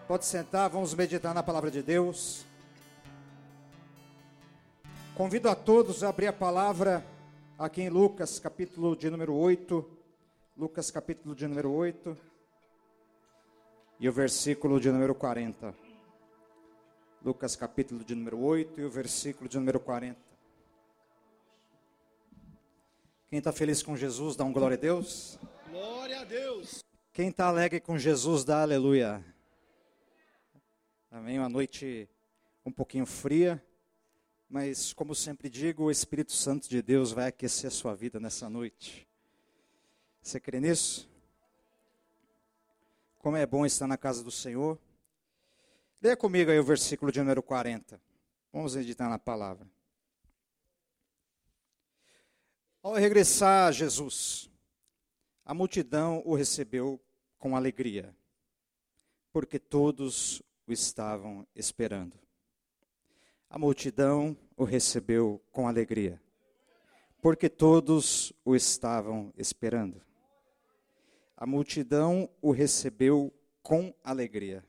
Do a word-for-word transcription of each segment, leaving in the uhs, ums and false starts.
Pode sentar, vamos meditar na palavra de Deus. Convido a todos a abrir a palavra aqui em Lucas, capítulo de número oito. Lucas, capítulo de número oito. E o versículo de número quarenta. Lucas, capítulo de número oito e o versículo de número quarenta. Quem está feliz com Jesus, dá um glória a Deus. Glória a Deus. Quem está alegre com Jesus, dá aleluia. Amém, uma noite um pouquinho fria, mas como sempre digo, o Espírito Santo de Deus vai aquecer a sua vida nessa noite. Você crê nisso? Como é bom estar na casa do Senhor. Leia comigo aí o versículo de número quarenta. Vamos meditar na palavra. Ao regressar a Jesus, a multidão o recebeu com alegria, porque todos o estavam esperando. A multidão o recebeu com alegria, porque todos o estavam esperando. A multidão o recebeu com alegria.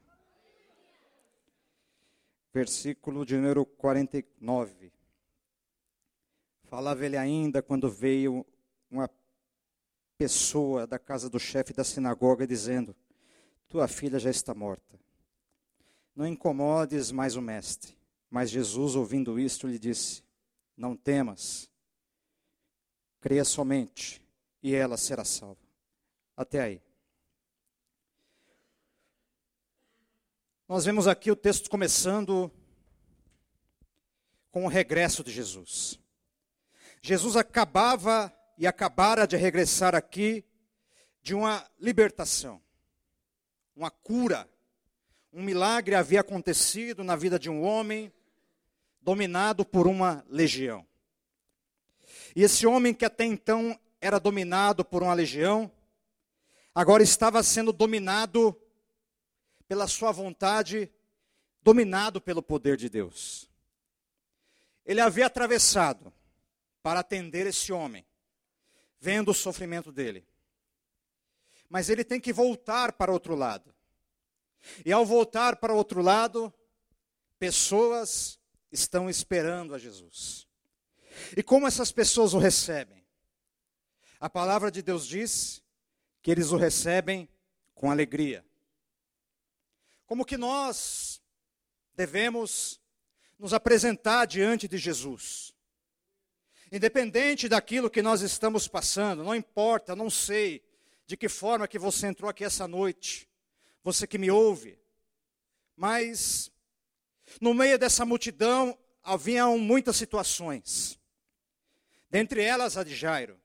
Versículo de número quarenta e nove. Falava ele ainda quando veio uma pessoa da casa do chefe da sinagoga dizendo: tua filha já está morta. Não incomodes mais o mestre. Mas Jesus, ouvindo isto, lhe disse: não temas, creia somente, e ela será salva. Até aí. Nós vemos aqui o texto começando com o regresso de Jesus. Jesus acabava e acabara de regressar aqui de uma libertação, uma cura. Um milagre havia acontecido na vida de um homem dominado por uma legião. E esse homem que até então era dominado por uma legião, agora estava sendo dominado pela sua vontade, dominado pelo poder de Deus. Ele havia atravessado para atender esse homem, vendo o sofrimento dele. Mas ele tem que voltar para outro lado. E ao voltar para o outro lado, pessoas estão esperando a Jesus. E como essas pessoas o recebem? A palavra de Deus diz que eles o recebem com alegria. Como que nós devemos nos apresentar diante de Jesus? Independente daquilo que nós estamos passando, não importa, não sei de que forma que você entrou aqui essa noite. Você que me ouve, mas no meio dessa multidão haviam muitas situações, dentre elas a de Jairo,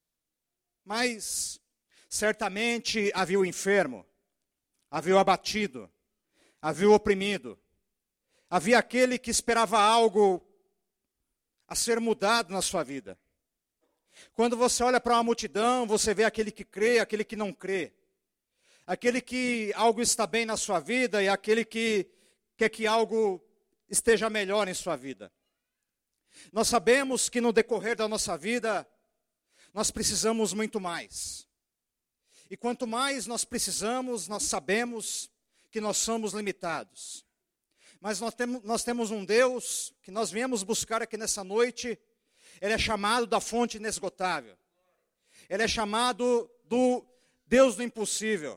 mas certamente havia o enfermo, havia o abatido, havia o oprimido, havia aquele que esperava algo a ser mudado na sua vida. Quando você olha para uma multidão, você vê aquele que crê, aquele que não crê. Aquele que algo está bem na sua vida e aquele que quer que algo esteja melhor em sua vida. Nós sabemos que no decorrer da nossa vida, nós precisamos muito mais. E quanto mais nós precisamos, nós sabemos que nós somos limitados. Mas nós temos, nós temos um Deus que nós viemos buscar aqui nessa noite. Ele é chamado da fonte inesgotável. Ele é chamado do Deus do impossível.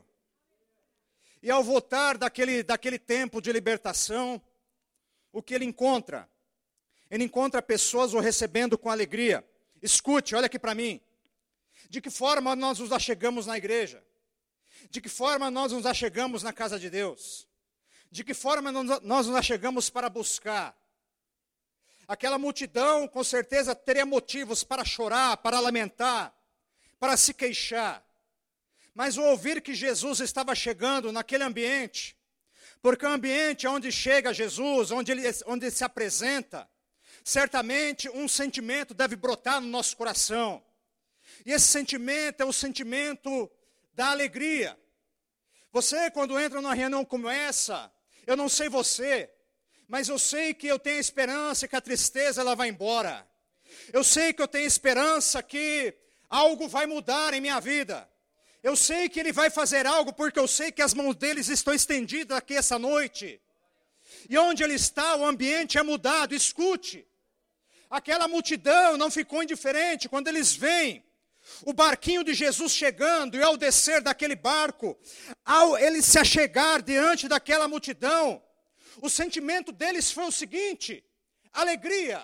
E ao voltar daquele, daquele tempo de libertação, o que ele encontra? Ele encontra pessoas o recebendo com alegria. Escute, olha aqui para mim. De que forma nós nos achegamos na igreja? De que forma nós nos achegamos na casa de Deus? De que forma nós nos achegamos para buscar? Aquela multidão, com certeza, teria motivos para chorar, para lamentar, para se queixar. Mas o ouvir que Jesus estava chegando naquele ambiente, porque o ambiente onde chega Jesus, onde ele, onde ele se apresenta, certamente um sentimento deve brotar no nosso coração. E esse sentimento é o sentimento da alegria. Você, quando entra numa reunião como essa, eu não sei você, mas eu sei que eu tenho esperança que a tristeza ela vai embora. Eu sei que eu tenho esperança que algo vai mudar em minha vida. Eu sei que Ele vai fazer algo, porque eu sei que as mãos deles estão estendidas aqui essa noite. E onde Ele está, o ambiente é mudado. Escute, aquela multidão não ficou indiferente quando eles veem o barquinho de Jesus chegando, e ao descer daquele barco, ao ele se achegar diante daquela multidão, o sentimento deles foi o seguinte: alegria.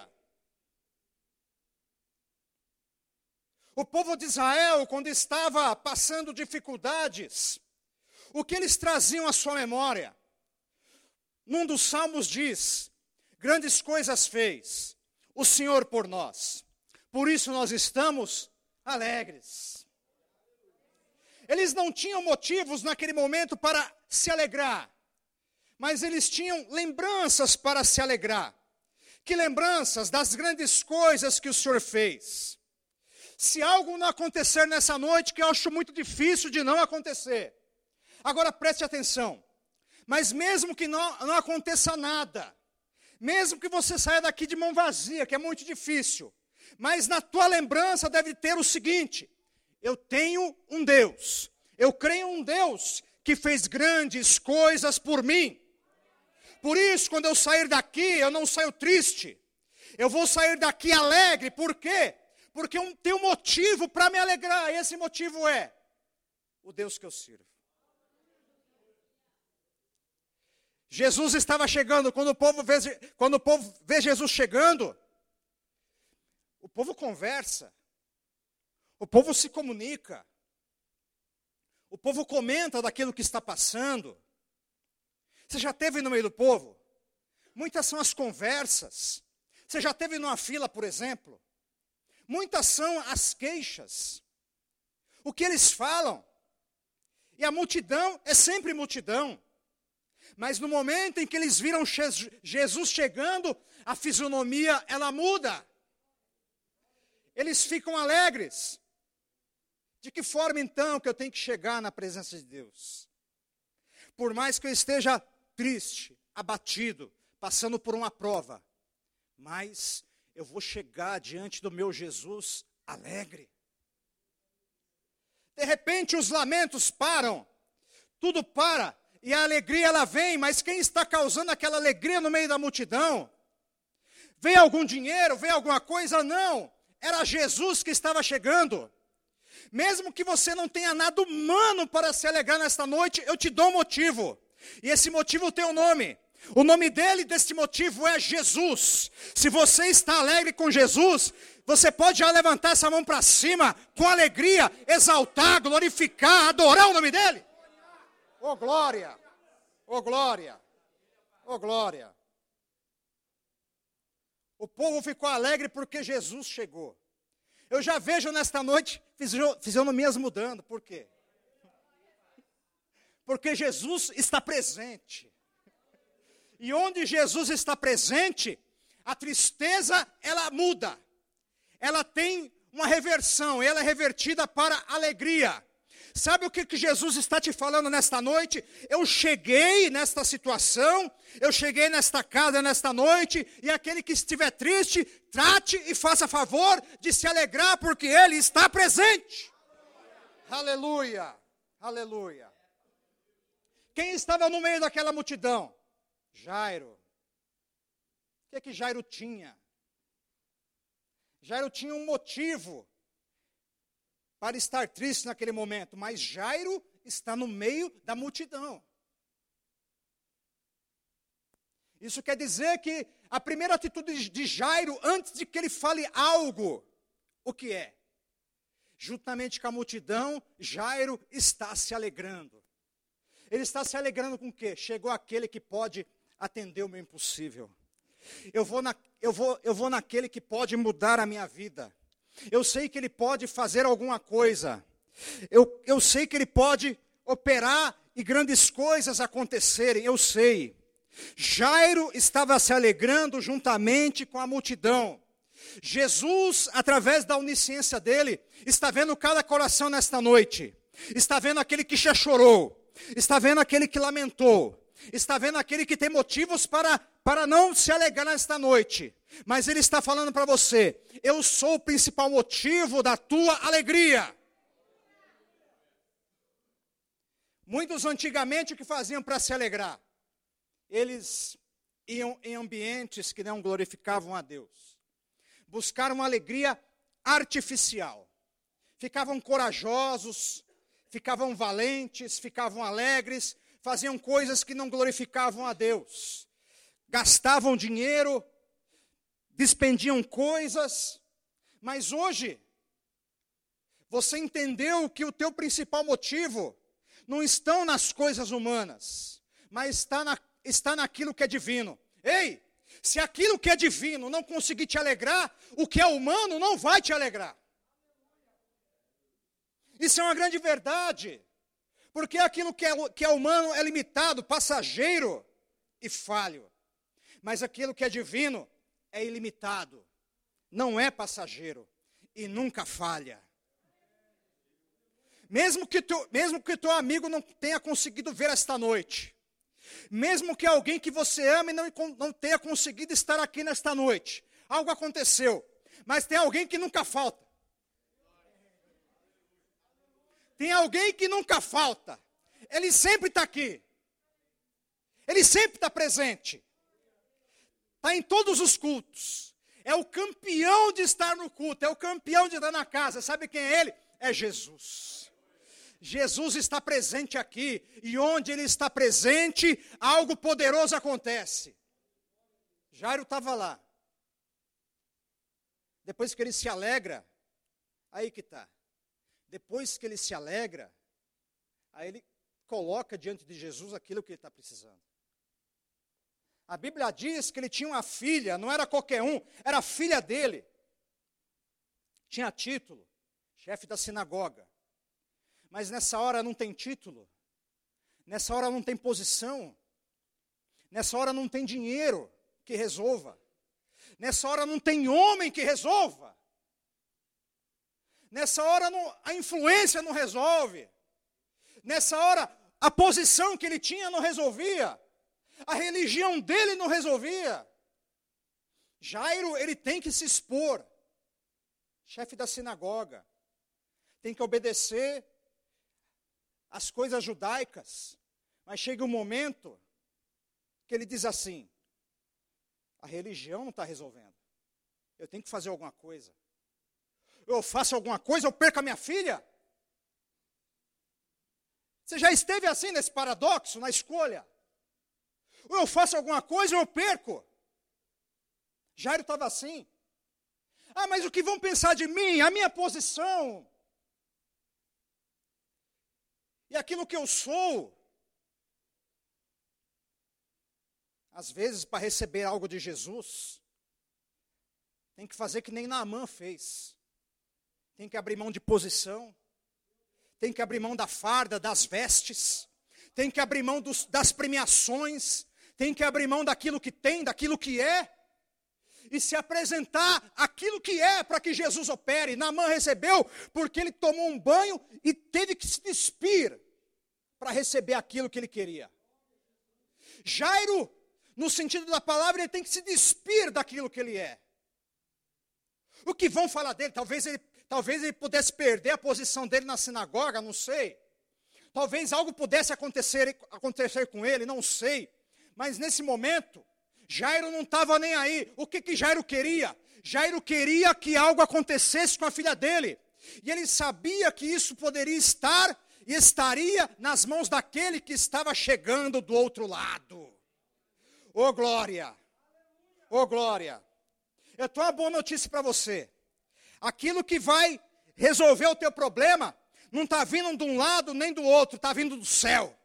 O povo de Israel, quando estava passando dificuldades, o que eles traziam à sua memória? Num dos salmos diz: grandes coisas fez o Senhor por nós, por isso nós estamos alegres. Eles não tinham motivos naquele momento para se alegrar, mas eles tinham lembranças para se alegrar. Que lembranças? Das grandes coisas que o Senhor fez. Se algo não acontecer nessa noite, que eu acho muito difícil de não acontecer, agora preste atenção, mas mesmo que não, não aconteça nada, mesmo que você saia daqui de mão vazia, que é muito difícil, mas na tua lembrança deve ter o seguinte: eu tenho um Deus, eu creio em um Deus que fez grandes coisas por mim. Por isso, quando eu sair daqui, eu não saio triste, eu vou sair daqui alegre. Por quê? Porque eu tenho um motivo para me alegrar, e esse motivo é o Deus que eu sirvo. Jesus estava chegando, quando o povo vê, quando o povo vê Jesus chegando, o povo conversa, o povo se comunica, o povo comenta daquilo que está passando. Você já esteve no meio do povo? Muitas são as conversas. Você já esteve numa fila, por exemplo? Muitas são as queixas. O que eles falam? E a multidão é sempre multidão. Mas no momento em que eles viram Jesus chegando, a fisionomia, ela muda. Eles ficam alegres. De que forma então que eu tenho que chegar na presença de Deus? Por mais que eu esteja triste, abatido, passando por uma prova, mas eu vou chegar diante do meu Jesus alegre. De repente os lamentos param, tudo para, e a alegria ela vem, mas quem está causando aquela alegria no meio da multidão? Vem algum dinheiro, vem alguma coisa? Não, era Jesus que estava chegando. Mesmo que você não tenha nada humano para se alegrar nesta noite, eu te dou um motivo, e esse motivo tem um nome. O nome dele, desse motivo, é Jesus. Se você está alegre com Jesus, você pode já levantar essa mão para cima, com alegria, exaltar, glorificar, adorar o nome dele. Oh glória, oh glória, oh glória. O povo ficou alegre porque Jesus chegou. Eu já vejo nesta noite fisionomias mudando. Por quê? Porque Jesus está presente. E onde Jesus está presente, a tristeza, ela muda. Ela tem uma reversão, ela é revertida para alegria. Sabe o que, que Jesus está te falando nesta noite? Eu cheguei nesta situação, eu cheguei nesta casa nesta noite, e aquele que estiver triste, trate e faça favor de se alegrar, porque Ele está presente. Aleluia, aleluia. Quem estava no meio daquela multidão? Jairo. O que é que Jairo tinha? Jairo tinha um motivo para estar triste naquele momento, mas Jairo está no meio da multidão. Isso quer dizer que a primeira atitude de Jairo, antes de que ele fale algo, o que é? Juntamente com a multidão, Jairo está se alegrando. Ele está se alegrando com o quê? Chegou aquele que pode atender o meu impossível. Eu vou, na, eu, vou, eu vou naquele que pode mudar a minha vida. Eu sei que Ele pode fazer alguma coisa. Eu, eu sei que Ele pode operar e grandes coisas acontecerem. Eu sei. Jairo estava se alegrando juntamente com a multidão. Jesus, através da onisciência dele, está vendo cada coração nesta noite. Está vendo aquele que já chorou. Está vendo aquele que lamentou. Está vendo aquele que tem motivos para, para não se alegrar nesta noite. Mas Ele está falando para você: eu sou o principal motivo da tua alegria. Muitos antigamente o que faziam para se alegrar? Eles iam em ambientes que não glorificavam a Deus. Buscaram uma alegria artificial. Ficavam corajosos, ficavam valentes, ficavam alegres, faziam coisas que não glorificavam a Deus. Gastavam dinheiro, despendiam coisas, mas hoje você entendeu que o teu principal motivo não estão nas coisas humanas, mas está, na, está naquilo que é divino. Ei, se aquilo que é divino não conseguir te alegrar, o que é humano não vai te alegrar. Isso é uma grande verdade, porque aquilo que é, que é humano é limitado, passageiro e falho. Mas aquilo que é divino é ilimitado, não é passageiro e nunca falha. Mesmo que, tu, mesmo que teu amigo não tenha conseguido ver esta noite, mesmo que alguém que você ama e não, não tenha conseguido estar aqui nesta noite, algo aconteceu, mas tem alguém que nunca falta. Tem alguém que nunca falta. Ele sempre está aqui. Ele sempre está presente. Está em todos os cultos. É o campeão de estar no culto. É o campeão de estar na casa. Sabe quem é ele? É Jesus. Jesus está presente aqui. E onde ele está presente, algo poderoso acontece. Jairo estava lá. Depois que ele se alegra, aí que está. Depois que ele se alegra, aí ele coloca diante de Jesus aquilo que ele está precisando. A Bíblia diz que ele tinha uma filha, não era qualquer um, era a filha dele. Tinha título, chefe da sinagoga. Mas nessa hora não tem título, nessa hora não tem posição, nessa hora não tem dinheiro que resolva, nessa hora não tem homem que resolva. Nessa hora não, a influência não resolve. Nessa hora a posição que ele tinha não resolvia. A religião dele não resolvia. Jairo, ele tem que se expor. Chefe da sinagoga. Tem que obedecer às coisas judaicas. Mas chega um momento que ele diz assim: a religião não está resolvendo. Eu tenho que fazer alguma coisa. Eu faço alguma coisa, eu perco a minha filha? Você já esteve assim nesse paradoxo, na escolha? Ou eu faço alguma coisa ou eu perco? Jairo estava assim. Ah, mas o que vão pensar de mim? A minha posição. E aquilo que eu sou. Às vezes, para receber algo de Jesus, tem que fazer que nem Naamã fez. Tem que abrir mão de posição, tem que abrir mão da farda, das vestes, tem que abrir mão dos, das premiações, tem que abrir mão daquilo que tem, daquilo que é, e se apresentar aquilo que é para que Jesus opere. Naamã recebeu porque ele tomou um banho e teve que se despir para receber aquilo que ele queria. Jairo, no sentido da palavra, ele tem que se despir daquilo que ele é. O que vão falar dele? Talvez ele Talvez ele pudesse perder a posição dele na sinagoga, não sei. Talvez algo pudesse acontecer, acontecer com ele, não sei. Mas nesse momento, Jairo não estava nem aí. O que, que Jairo queria? Jairo queria que algo acontecesse com a filha dele. E ele sabia que isso poderia estar e estaria nas mãos daquele que estava chegando do outro lado. Ô glória! Ô glória! Eu tenho uma boa notícia para você. Aquilo que vai resolver o teu problema não está vindo de um lado nem do outro, está vindo do céu.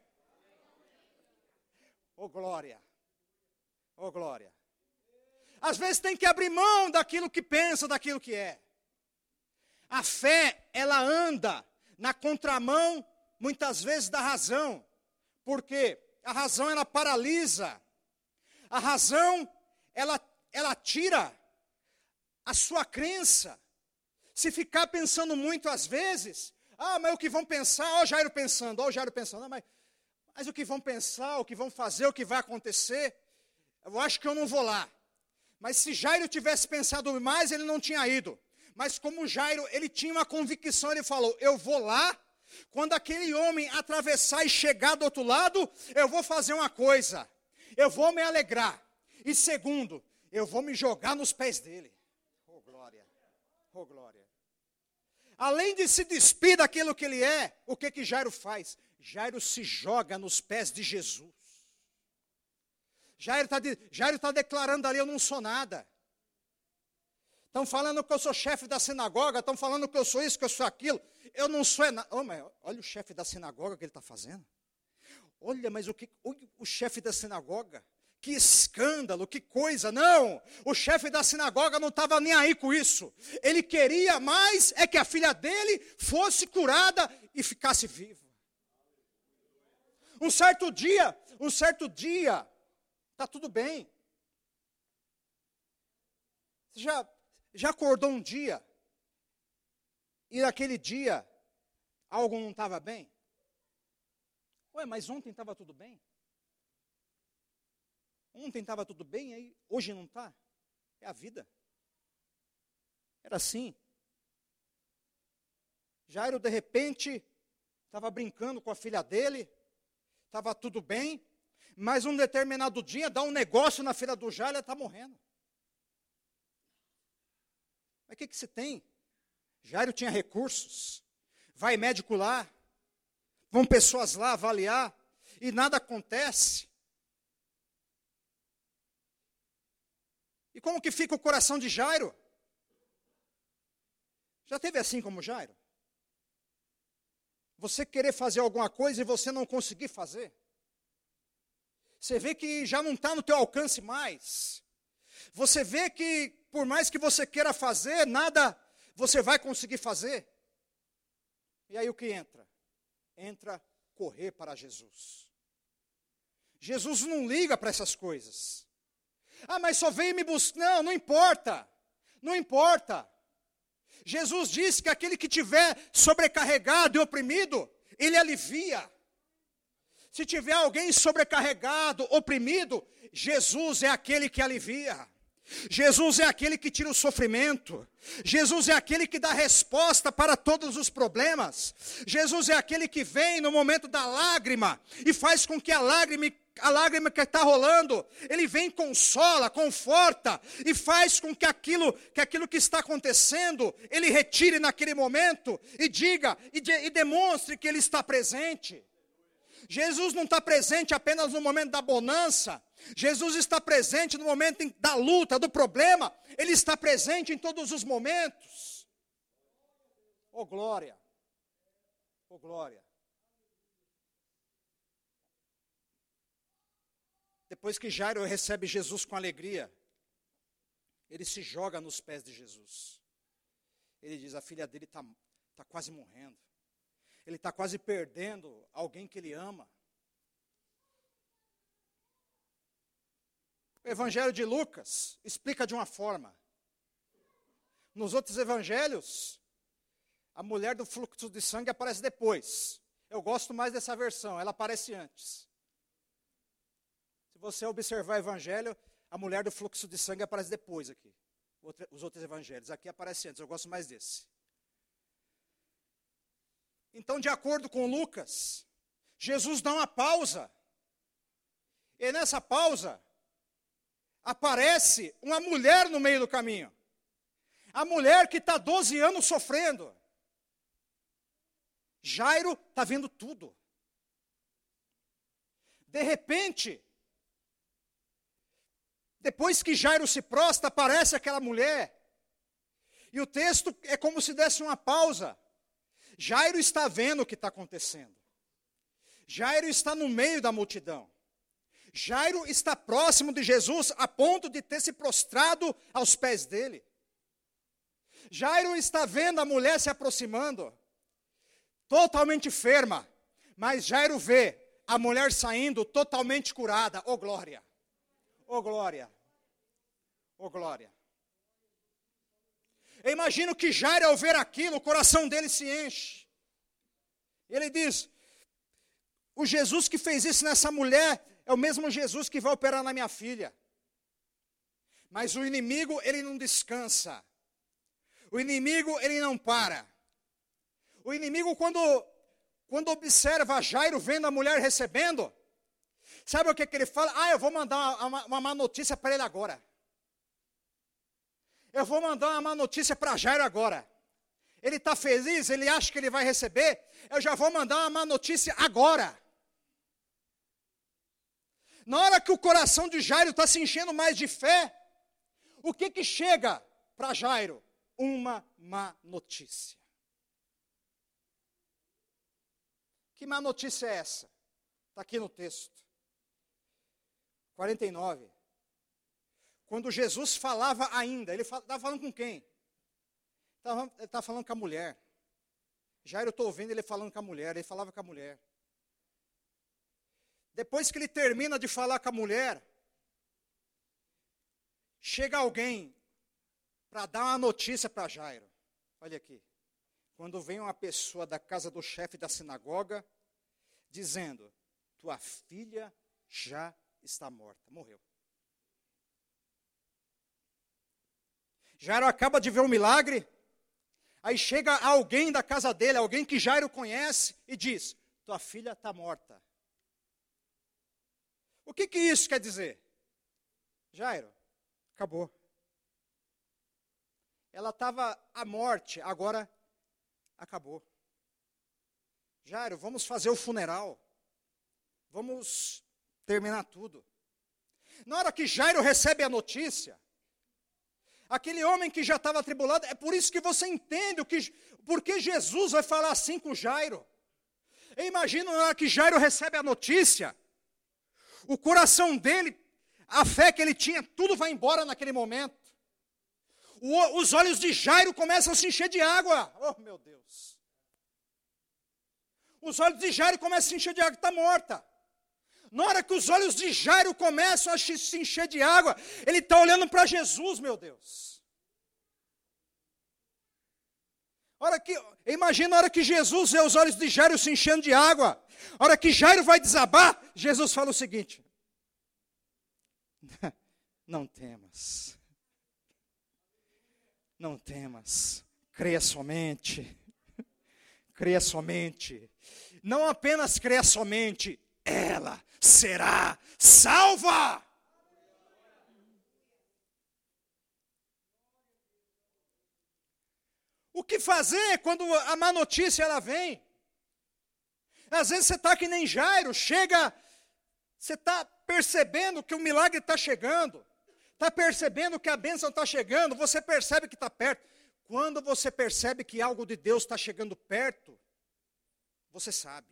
Oh glória, oh glória. Às vezes tem que abrir mão daquilo que pensa, daquilo que é. A fé, ela anda na contramão, muitas vezes, da razão. Por quê? A razão, ela paralisa. A razão, ela, ela tira a sua crença. Se ficar pensando muito às vezes, ah, mas o que vão pensar, ó o Jairo pensando, ó o Jairo pensando, ah, mas, mas o que vão pensar, o que vão fazer, o que vai acontecer, eu acho que eu não vou lá. Mas se Jairo tivesse pensado mais, ele não tinha ido. Mas como Jairo, ele tinha uma convicção, ele falou, eu vou lá, Quando aquele homem atravessar e chegar do outro lado, eu vou fazer uma coisa. Eu vou me alegrar. E segundo, eu vou me jogar nos pés dele. Oh, glória. Oh, glória. Além de se despir daquilo que ele é, o que que Jairo faz? Jairo se joga nos pés de Jesus. Jairo está de, Jairo tá declarando ali, eu não sou nada. Estão falando que eu sou chefe da sinagoga, estão falando que eu sou isso, que eu sou aquilo. Eu não sou nada. Oh, mas olha o chefe da sinagoga que ele está fazendo. Olha, mas o que o, o chefe da sinagoga? Que escândalo, que coisa. Não, o chefe da sinagoga não estava nem aí com isso. Ele queria mais é que a filha dele fosse curada e ficasse viva. Um certo dia, um certo dia, está tudo bem. Você já, já acordou um dia e naquele dia algo não estava bem? Ué, mas ontem estava tudo bem? Ontem estava tudo bem, aí hoje não está? É a vida. Era assim. Jairo, de repente, estava brincando com a filha dele, estava tudo bem, mas um determinado dia dá um negócio na filha do Jairo e ela está morrendo. Mas o que, que se tem? Jairo tinha recursos, vai médico lá, vão pessoas lá avaliar, e nada acontece. E como que fica o coração de Jairo? Já teve assim como Jairo? Você querer fazer alguma coisa e você não conseguir fazer? Você vê que já não está no teu alcance mais. Você vê que por mais que você queira fazer, nada você vai conseguir fazer. E aí o que entra? Entra correr para Jesus. Jesus não liga para essas coisas. Ah, mas só veio me buscar. Não, não importa. Não importa. Jesus disse que aquele que tiver sobrecarregado e oprimido, ele alivia. Se tiver alguém sobrecarregado, oprimido, Jesus é aquele que alivia. Jesus é aquele que tira o sofrimento. Jesus é aquele que dá resposta para todos os problemas. Jesus é aquele que vem no momento da lágrima e faz com que a lágrima, a lágrima que está rolando, ele vem, consola, conforta e faz com que aquilo, que aquilo que está acontecendo, ele retire naquele momento e diga e, de, e demonstre que ele está presente. Jesus não está presente apenas no momento da bonança. Jesus está presente no momento da luta, do problema. Ele está presente em todos os momentos. Oh, glória. Oh, glória. Depois que Jairo recebe Jesus com alegria, ele se joga nos pés de Jesus. Ele diz, a filha dele está tá quase morrendo. Ele está quase perdendo alguém que ele ama. O Evangelho de Lucas explica de uma forma. Nos outros evangelhos, a mulher do fluxo de sangue aparece depois. Eu gosto mais dessa versão, ela aparece antes. Se você observar o evangelho, a mulher do fluxo de sangue aparece depois aqui. Os outros evangelhos, aqui aparece antes, eu gosto mais desse. Então, de acordo com Lucas, Jesus dá uma pausa. E nessa pausa, aparece uma mulher no meio do caminho. A mulher que está doze anos sofrendo. Jairo está vendo tudo. De repente, depois que Jairo se prostra, aparece aquela mulher. E o texto é como se desse uma pausa. Jairo está vendo o que está acontecendo. Jairo está no meio da multidão. Jairo está próximo de Jesus a ponto de ter se prostrado aos pés dele. Jairo está vendo a mulher se aproximando, totalmente enferma, mas Jairo vê a mulher saindo totalmente curada. Oh glória! Oh glória! Oh glória! Eu imagino que Jairo, ao ver aquilo, o coração dele se enche. Ele diz, o Jesus que fez isso nessa mulher é o mesmo Jesus que vai operar na minha filha. Mas o inimigo, ele não descansa. O inimigo, ele não para. O inimigo, quando, quando observa Jairo vendo a mulher recebendo, sabe o que, que ele fala? Ah, eu vou mandar uma, uma, uma má notícia para ele agora. Eu vou mandar uma má notícia para Jairo agora. Ele está feliz, ele acha que ele vai receber, eu já vou mandar uma má notícia agora. Na hora que o coração de Jairo está se enchendo mais de fé, o que que chega para Jairo? Uma má notícia. Que má notícia é essa? Está aqui no texto. quarenta e nove. Quando Jesus falava ainda, ele estava falando com quem? Ele estava falando com a mulher. Jairo, estou ouvindo ele falando com a mulher, ele falava com a mulher. Depois que ele termina de falar com a mulher, chega alguém para dar uma notícia para Jairo. Olha aqui. Quando vem uma pessoa da casa do chefe da sinagoga, dizendo, tua filha já está morta, morreu. Jairo acaba de ver um milagre, aí chega alguém da casa dele, alguém que Jairo conhece, e diz, tua filha está morta. O que que isso quer dizer? Jairo, acabou. Ela estava à morte, agora acabou. Jairo, vamos fazer o funeral. Vamos terminar tudo. Na hora que Jairo recebe a notícia, aquele homem que já estava atribulado, é por isso que você entende o que, porque Jesus vai falar assim com Jairo. Eu imagino na hora que Jairo recebe a notícia, o coração dele, a fé que ele tinha, tudo vai embora naquele momento. O, os olhos de Jairo começam a se encher de água. Oh, meu Deus. Os olhos de Jairo começam a se encher de água, está morta. Na hora que os olhos de Jairo começam a se encher de água, ele está olhando para Jesus, meu Deus. Hora que, imagina a hora que Jesus vê os olhos de Jairo se enchendo de água. A hora que Jairo vai desabar, Jesus fala o seguinte. Não temas. Não temas. Creia somente. Creia somente. Não apenas creia somente, ela será salva. O que fazer quando a má notícia ela vem? Às vezes você está que nem Jairo, chega, você está percebendo que o milagre está chegando, está percebendo que a bênção está chegando, você percebe que está perto. Quando você percebe que algo de Deus está chegando perto, você sabe.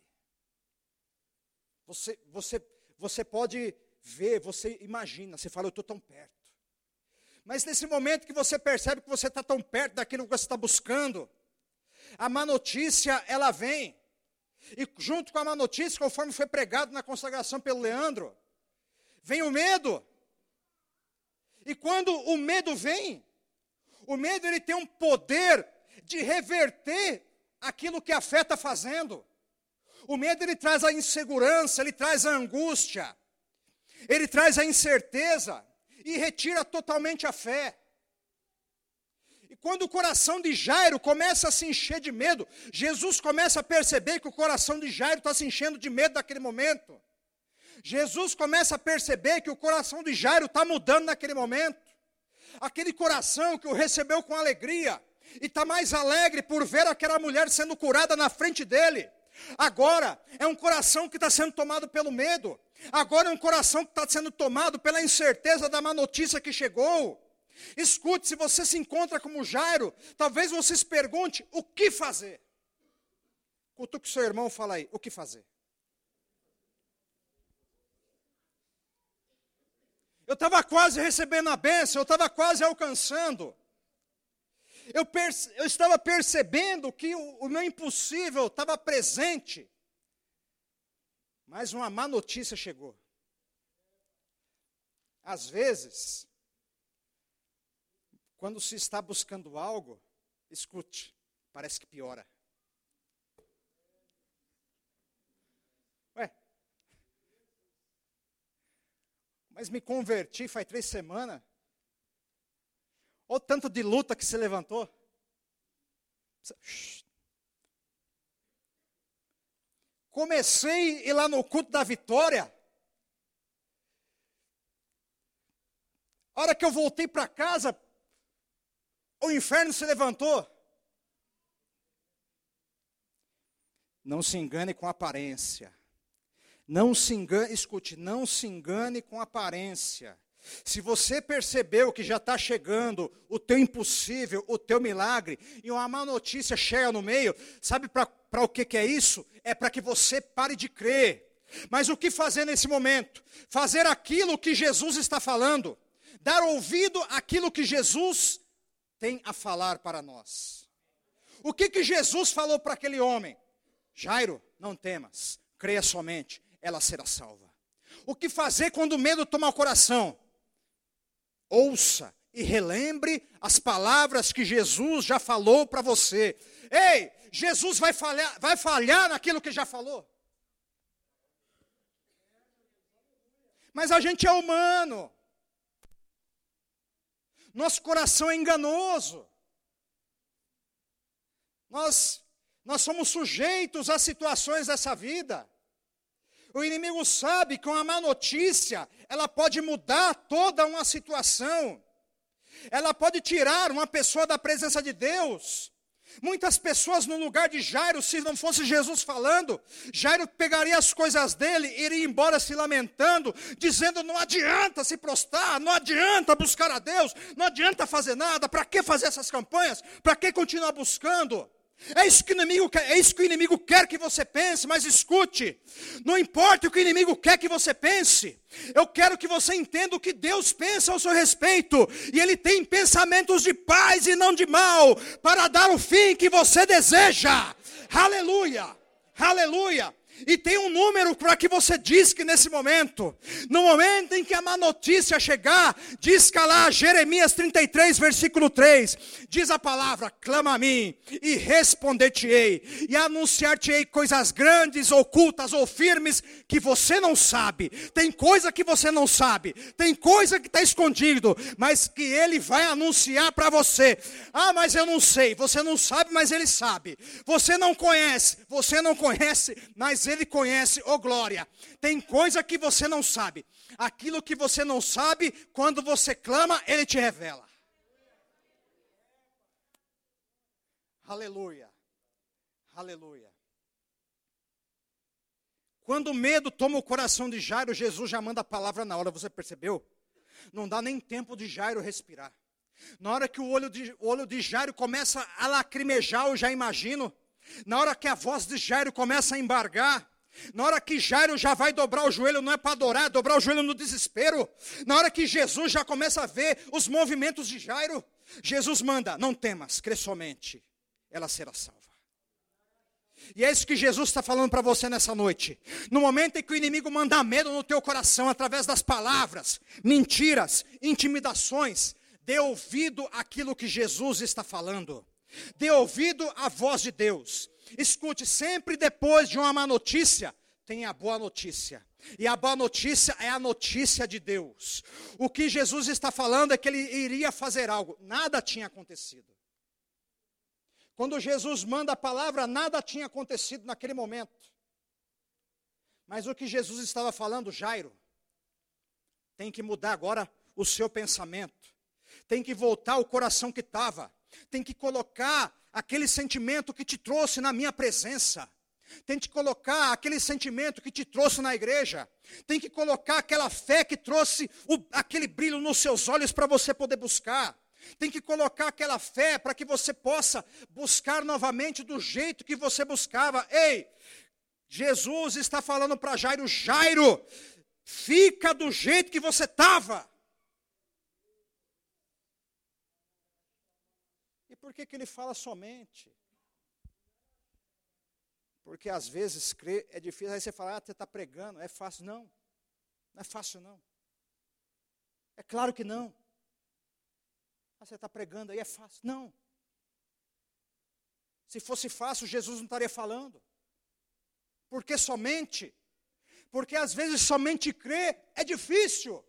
Você, você, você pode ver, você imagina, você fala, eu estou tão perto. Mas nesse momento que você percebe que você está tão perto daquilo que você está buscando, a má notícia, ela vem. E junto com a má notícia, conforme foi pregado na consagração pelo Leandro, vem o medo. E quando o medo vem, o medo ele tem um poder de reverter aquilo que a fé está fazendo. O medo ele traz a insegurança, ele traz a angústia, ele traz a incerteza e retira totalmente a fé. E quando o coração de Jairo começa a se encher de medo, Jesus começa a perceber que o coração de Jairo está se enchendo de medo naquele momento. Jesus começa a perceber que o coração de Jairo está mudando naquele momento. Aquele coração que o recebeu com alegria e está mais alegre por ver aquela mulher sendo curada na frente dele. Agora é um coração que está sendo tomado pelo medo. Agora é um coração que está sendo tomado pela incerteza da má notícia que chegou. Escute, se você se encontra como Jairo, talvez você se pergunte, o que fazer? Cutuque o seu irmão e fala aí, o que fazer? Eu estava quase recebendo a bênção, eu estava quase alcançando. Eu, perce, eu estava percebendo que o, o meu impossível estava presente. Mas uma má notícia chegou. Às vezes, quando se está buscando algo, escute, parece que piora. Ué, mas me converti faz três semanas. Olha o tanto de luta que se levantou. comecei a ir lá no culto da vitória. A hora que eu voltei para casa, o inferno se levantou. Não se engane com aparência. Não se engane, escute, não se engane com aparência. Se você percebeu que já está chegando o teu impossível, o teu milagre, e uma má notícia chega no meio, sabe para o que, que é isso? É para que você pare de crer. Mas o que fazer nesse momento? Fazer aquilo que Jesus está falando. Dar ouvido àquilo que Jesus tem a falar para nós. O que, que Jesus falou para aquele homem? Jairo, não temas, creia somente, ela será salva. O que fazer quando o medo toma o coração? Ouça e relembre as palavras que Jesus já falou para você. Ei, Jesus vai falhar, vai falhar naquilo que já falou. Mas a gente é humano. Nosso coração é enganoso. Nós, nós somos sujeitos a situações dessa vida. O inimigo sabe que uma má notícia, ela pode mudar toda uma situação. Ela pode tirar uma pessoa da presença de Deus. Muitas pessoas no lugar de Jairo, se não fosse Jesus falando, Jairo pegaria as coisas dele e iria embora se lamentando, dizendo, não adianta se prostrar, não adianta buscar a Deus, não adianta fazer nada, para que fazer essas campanhas, para que continuar buscando? É isso que o inimigo quer, é isso que o inimigo quer que você pense, mas escute, não importa o que o inimigo quer que você pense, eu quero que você entenda o que Deus pensa ao seu respeito, e Ele tem pensamentos de paz e não de mal, para dar o fim que você deseja, aleluia, aleluia. E tem um número para que você disque nesse momento. No momento em que a má notícia chegar, disca lá Jeremias trinta e três, versículo três. Diz a palavra, clama a mim e responder-te-ei. E anunciar-te-ei coisas grandes, ocultas ou firmes que você não sabe. Tem coisa que você não sabe. Tem coisa que está escondido, mas que Ele vai anunciar para você. Ah, mas eu não sei. Você não sabe, mas Ele sabe. Você não conhece. Você não conhece, mas Ele conhece, oh glória. Tem coisa que você não sabe. Aquilo que você não sabe, quando você clama, Ele te revela. Aleluia. Aleluia. Quando o medo toma o coração de Jairo, Jesus já manda a palavra na hora, você percebeu? Não dá nem tempo de Jairo respirar. Na hora que o olho de, o olho de Jairo começa a lacrimejar, eu já imagino. Na hora que a voz de Jairo começa a embargar, na hora que Jairo já vai dobrar o joelho, não é para adorar, é dobrar o joelho no desespero. Na hora que Jesus já começa a ver os movimentos de Jairo, Jesus manda, não temas, crê somente, ela será salva. E é isso que Jesus está falando para você nessa noite. No momento em que o inimigo mandar medo no teu coração, através das palavras, mentiras, intimidações, dê ouvido àquilo que Jesus está falando. Dê ouvido à voz de Deus. Escute, sempre depois de uma má notícia, tem a boa notícia. E a boa notícia é a notícia de Deus. O que Jesus está falando é que Ele iria fazer algo. Nada tinha acontecido. Quando Jesus manda a palavra, nada tinha acontecido naquele momento. Mas o que Jesus estava falando, Jairo, tem que mudar agora o seu pensamento. Tem que voltar o coração que estava. Tem que colocar aquele sentimento que te trouxe na minha presença. Tem que colocar aquele sentimento que te trouxe na igreja. Tem que colocar aquela fé que trouxe o, aquele brilho nos seus olhos para você poder buscar. Tem que colocar aquela fé para que você possa buscar novamente do jeito que você buscava. Ei, Jesus está falando para Jairo, Jairo, fica do jeito que você estava. Por que que ele fala somente? Porque às vezes crer é difícil. Aí você fala, ah, você está pregando, é fácil. Não, não é fácil não. É claro que não. Ah, você está pregando aí, é fácil. Não. Se fosse fácil, Jesus não estaria falando. Por que somente? Porque às vezes somente crer é difícil.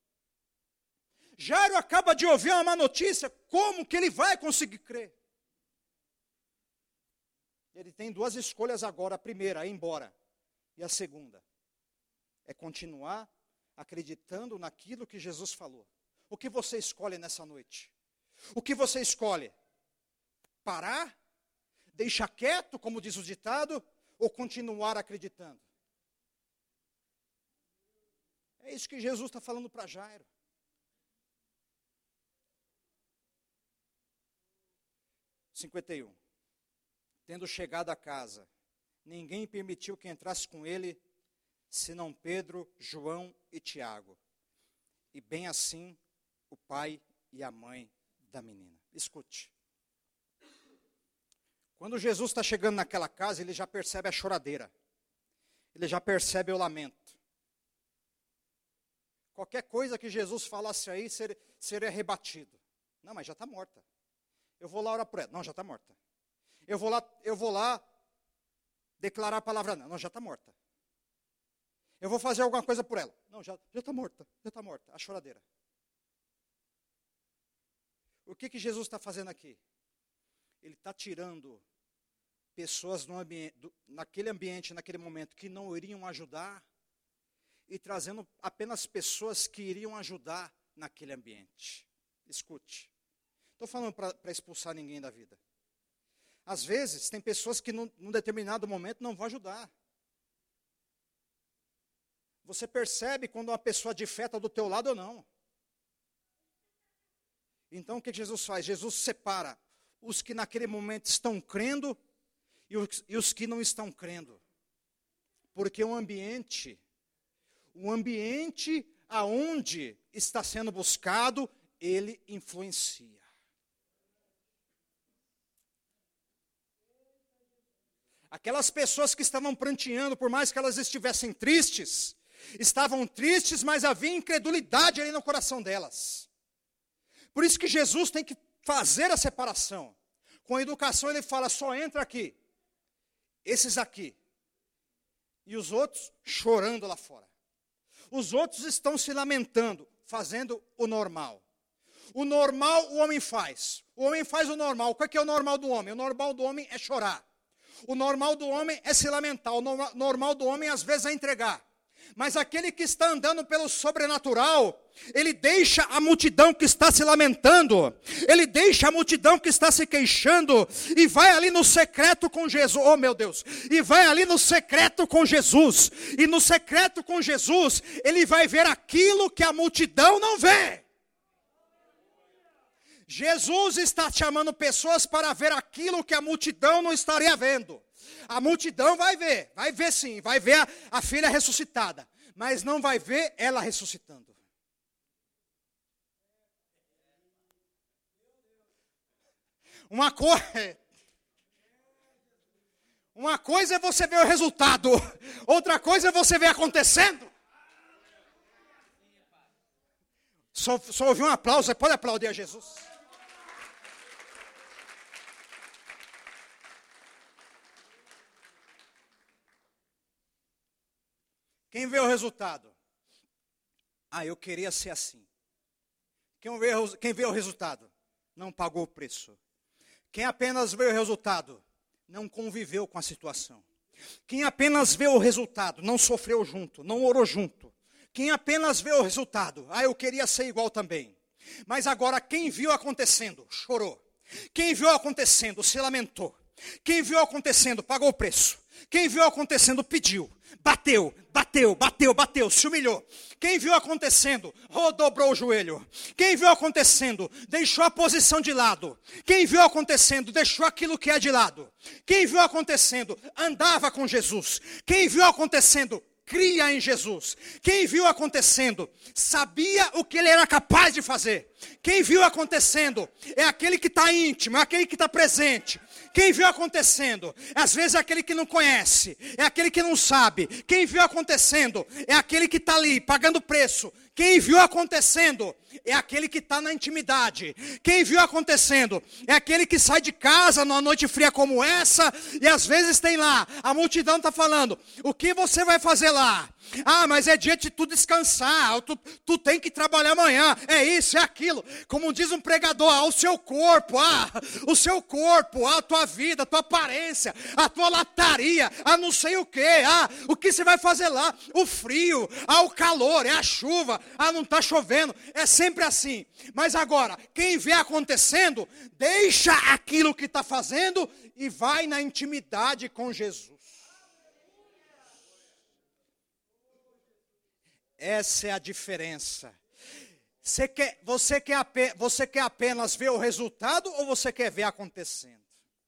Jairo acaba de ouvir uma má notícia, como que ele vai conseguir crer? Ele tem duas escolhas agora. A primeira, ir embora. E a segunda é continuar acreditando naquilo que Jesus falou. O que você escolhe nessa noite? O que você escolhe? Parar? Deixar quieto, como diz o ditado? Ou continuar acreditando? É isso que Jesus está falando para Jairo. cinquenta e um. Tendo chegado a casa, ninguém permitiu que entrasse com ele, senão Pedro, João e Tiago. E bem assim, o pai e a mãe da menina. Escute. Quando Jesus está chegando naquela casa, ele já percebe a choradeira. Ele já percebe o lamento. Qualquer coisa que Jesus falasse aí seria, seria rebatido. Não, mas já está morta. Eu vou lá orar por ela. Não, já está morta. Eu vou lá, eu vou lá declarar a palavra. Não, não já está morta. Eu vou fazer alguma coisa por ela. Não, já está morta. Já está morta. A choradeira. O que, que Jesus está fazendo aqui? Ele está tirando pessoas no ambiente, do, naquele ambiente, naquele momento, que não iriam ajudar, e trazendo apenas pessoas que iriam ajudar naquele ambiente. Escute. Estou falando para expulsar ninguém da vida. Às vezes, tem pessoas que num, num determinado momento não vão ajudar. Você percebe quando uma pessoa de fé está do teu lado ou não. Então, o que Jesus faz? Jesus separa os que naquele momento estão crendo e os, e os que não estão crendo. Porque o ambiente, o ambiente aonde está sendo buscado, ele influencia. Aquelas pessoas que estavam pranteando, por mais que elas estivessem tristes, estavam tristes, mas havia incredulidade ali no coração delas. Por isso que Jesus tem que fazer a separação. Com a educação ele fala, só entra aqui. Esses aqui. E os outros chorando lá fora. Os outros estão se lamentando, fazendo o normal. O normal o homem faz. O homem faz o normal. O que é o normal do homem? O normal do homem é chorar. O normal do homem é se lamentar. O normal do homem às vezes é entregar. Mas aquele que está andando pelo sobrenatural, ele deixa a multidão que está se lamentando, ele deixa a multidão que está se queixando, e vai ali no secreto com Jesus, oh meu Deus, e vai ali no secreto com Jesus, e no secreto com Jesus, ele vai ver aquilo que a multidão não vê. Jesus está chamando pessoas para ver aquilo que a multidão não estaria vendo. A multidão vai ver, vai ver sim, vai ver a, a filha ressuscitada, mas não vai ver ela ressuscitando. Uma coisa, uma coisa é você ver o resultado, outra coisa é você ver acontecendo. Só, só ouvi um aplauso, você pode aplaudir a Jesus? Quem vê o resultado? Ah, eu queria ser assim. Quem vê, quem vê o resultado? Não pagou o preço. Quem apenas vê o resultado? Não conviveu com a situação. Quem apenas vê o resultado? Não sofreu junto, não orou junto. Quem apenas vê o resultado? Ah, eu queria ser igual também. Mas agora quem viu acontecendo? Chorou. Quem viu acontecendo? Se lamentou. Quem viu acontecendo? Pagou o preço. Quem viu acontecendo? Pediu. Bateu, bateu, bateu, bateu, se humilhou. Quem viu acontecendo, dobrou o joelho. Quem viu acontecendo, deixou a posição de lado. Quem viu acontecendo, deixou aquilo que é de lado. Quem viu acontecendo, andava com Jesus. Quem viu acontecendo, cria em Jesus. Quem viu acontecendo, sabia o que ele era capaz de fazer. Quem viu acontecendo, é aquele que está íntimo, é aquele que está presente. Quem viu acontecendo, às vezes é aquele que não conhece, é aquele que não sabe. Quem viu acontecendo, é aquele que está ali, pagando preço. Quem viu acontecendo, é aquele que está na intimidade. Quem viu acontecendo, é aquele que sai de casa numa noite fria como essa, e às vezes tem lá, a multidão está falando, o que você vai fazer lá? Ah, mas é dia de tu descansar, tu, tu tem que trabalhar amanhã, é isso, é aquilo. Como diz um pregador, ah, o seu corpo, ah, o seu corpo, ah, a tua vida, a tua aparência, a tua lataria, ah, não sei o que, ah, o que você vai fazer lá? O frio, ah, o calor, é a chuva, ah, não está chovendo, é sempre assim. Mas agora, quem vê acontecendo, deixa aquilo que está fazendo e vai na intimidade com Jesus. Essa é a diferença. Você quer, você, quer, você quer apenas ver o resultado ou você quer ver acontecendo?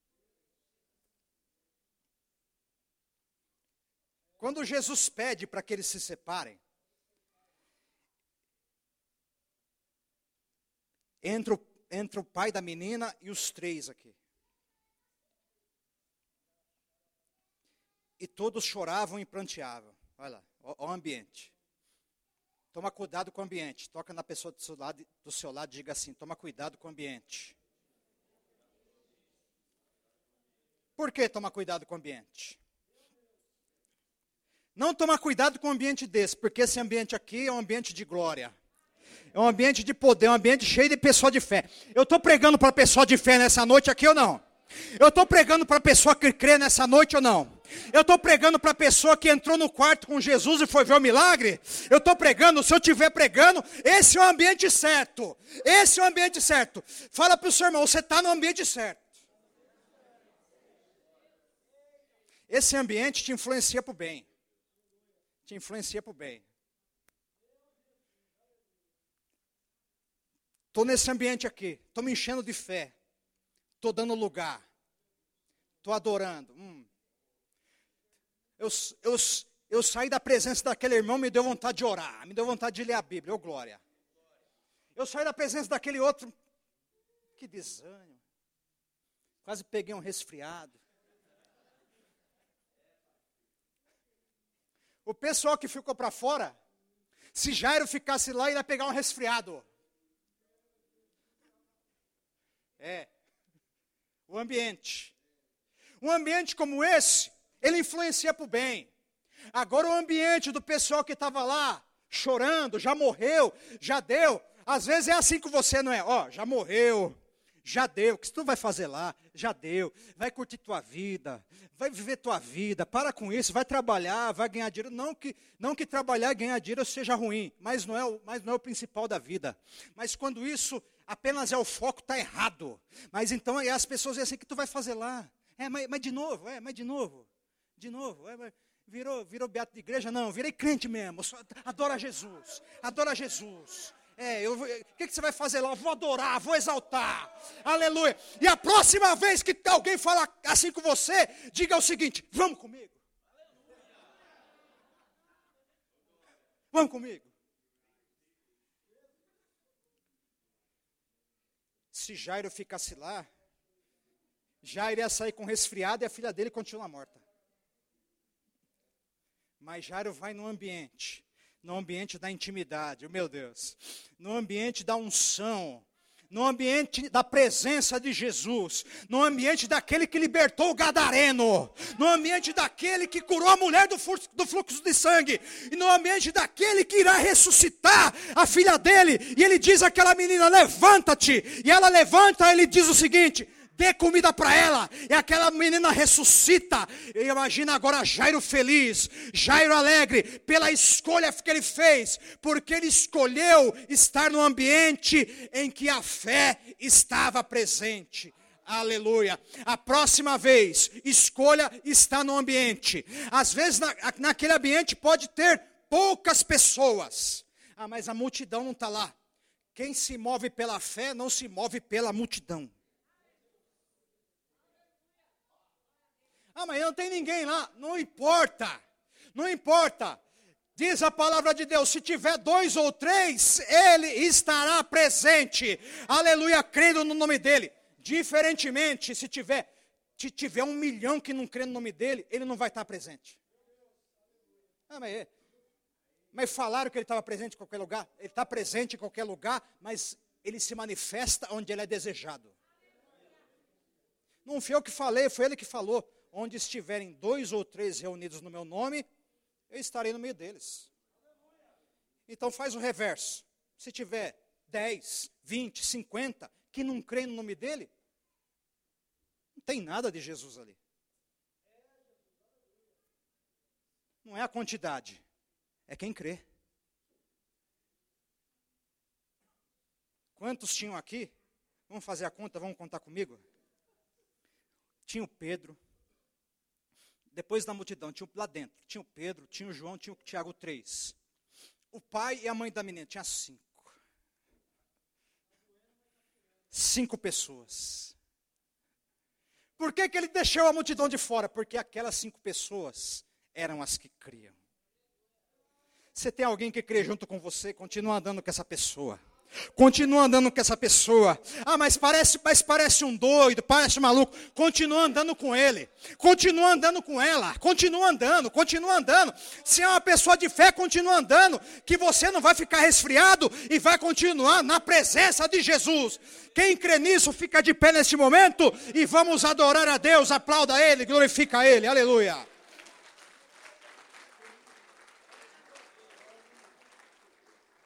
Quando Jesus pede para que eles se separem, entra o, entra o pai da menina e os três aqui. E todos choravam e pranteavam. Olha lá, olha o ambiente. Toma cuidado com o ambiente. Toca na pessoa do seu lado, do seu lado e diga assim, toma cuidado com o ambiente. Por que tomar cuidado com o ambiente? Não tomar cuidado com um ambiente desse, porque esse ambiente aqui é um ambiente de glória. É um ambiente de poder, é um ambiente cheio de pessoa de fé. Eu estou pregando para pessoa de fé nessa noite aqui ou não? Eu estou pregando para a pessoa que crê nessa noite ou não? Eu estou pregando para a pessoa que entrou no quarto com Jesus e foi ver o milagre? Eu estou pregando, se eu estiver pregando, esse é o ambiente certo. Esse é o ambiente certo. Fala para o seu irmão, você está no ambiente certo. Esse ambiente te influencia para o bem. Te influencia para o bem. Estou nesse ambiente aqui, estou me enchendo de fé. Estou dando lugar. Estou adorando. Hum. Eu, eu, eu saí da presença daquele irmão, me deu vontade de orar. Me deu vontade de ler a Bíblia. Ô, glória. Eu saí da presença daquele outro. Que desânimo. Quase peguei um resfriado. O pessoal que ficou para fora, se Jairo ficasse lá, ele ia pegar um resfriado. É. O ambiente. Um ambiente como esse, ele influencia para o bem. Agora o ambiente do pessoal que estava lá, chorando, já morreu, já deu. Às vezes é assim com você, não é? Ó, já morreu, já deu. O que tu vai fazer lá? Já deu. Vai curtir tua vida, vai viver tua vida. Para com isso, vai trabalhar, vai ganhar dinheiro. Não que, não que trabalhar e ganhar dinheiro seja ruim, mas não é o, mas não é o principal da vida. Mas quando isso apenas é o foco, está errado. Mas então é as pessoas dizem assim, o que tu vai fazer lá? É, mas, mas de novo, é, mas de novo, de novo, é, mas virou, virou beato de igreja? Não, virei crente mesmo, só, adora Jesus, adora Jesus. É, eu, o que, que você vai fazer lá? Eu vou adorar, vou exaltar, aleluia. E a próxima vez que alguém falar assim com você, diga o seguinte, vamos comigo. Vamos comigo. Se Jairo ficasse lá, Jairo ia sair com resfriado e a filha dele continua morta. Mas Jairo vai no ambiente, no ambiente da intimidade, meu Deus, no ambiente da unção, no ambiente da presença de Jesus, no ambiente daquele que libertou o gadareno, no ambiente daquele que curou a mulher do fluxo, do fluxo de sangue, e no ambiente daquele que irá ressuscitar a filha dele, e ele diz àquela menina, levanta-te, e ela levanta, ele diz o seguinte, dê comida para ela, e aquela menina ressuscita. E imagina agora Jairo feliz, Jairo alegre, pela escolha que ele fez, porque ele escolheu estar no ambiente em que a fé estava presente. Aleluia. A próxima vez, escolha estar no ambiente. Às vezes na, naquele ambiente pode ter poucas pessoas. Ah, mas a multidão não está lá. Quem se move pela fé não se move pela multidão. Ah, mas não tem ninguém lá. Não importa. Não importa. Diz a palavra de Deus, se tiver dois ou três, Ele estará presente. Aleluia, crendo no nome dEle. Diferentemente, se tiver, se tiver um milhão que não crê no nome dEle, Ele não vai estar presente. Ah, mas, é, mas falaram que Ele estava presente em qualquer lugar. Ele está presente em qualquer lugar, mas Ele se manifesta onde Ele é desejado. Não fui eu que falei, foi Ele que falou. Onde estiverem dois ou três reunidos no meu nome, eu estarei no meio deles. Então faz o reverso. Se tiver dez, vinte, cinquenta que não creem no nome dele, não tem nada de Jesus ali. Não é a quantidade, é quem crê. Quantos tinham aqui? Vamos fazer a conta, vamos contar comigo? Tinha o Pedro. Depois da multidão, tinha lá dentro. Tinha o Pedro, tinha o João, tinha o Tiago, três. O pai e a mãe da menina, tinha cinco. Cinco pessoas. Por que que ele deixou a multidão de fora? Porque aquelas cinco pessoas eram as que criam. Você tem alguém que crê junto com você, continua andando com essa pessoa. Continua andando com essa pessoa. Ah, mas parece, mas parece um doido, parece um maluco. Continua andando com ele. Continua andando com ela. Continua andando, continua andando. Se é uma pessoa de fé, continua andando. Que você não vai ficar resfriado e vai continuar na presença de Jesus. Quem crê nisso, fica de pé nesse momento e vamos adorar a Deus. Aplauda Ele, glorifica Ele. Aleluia.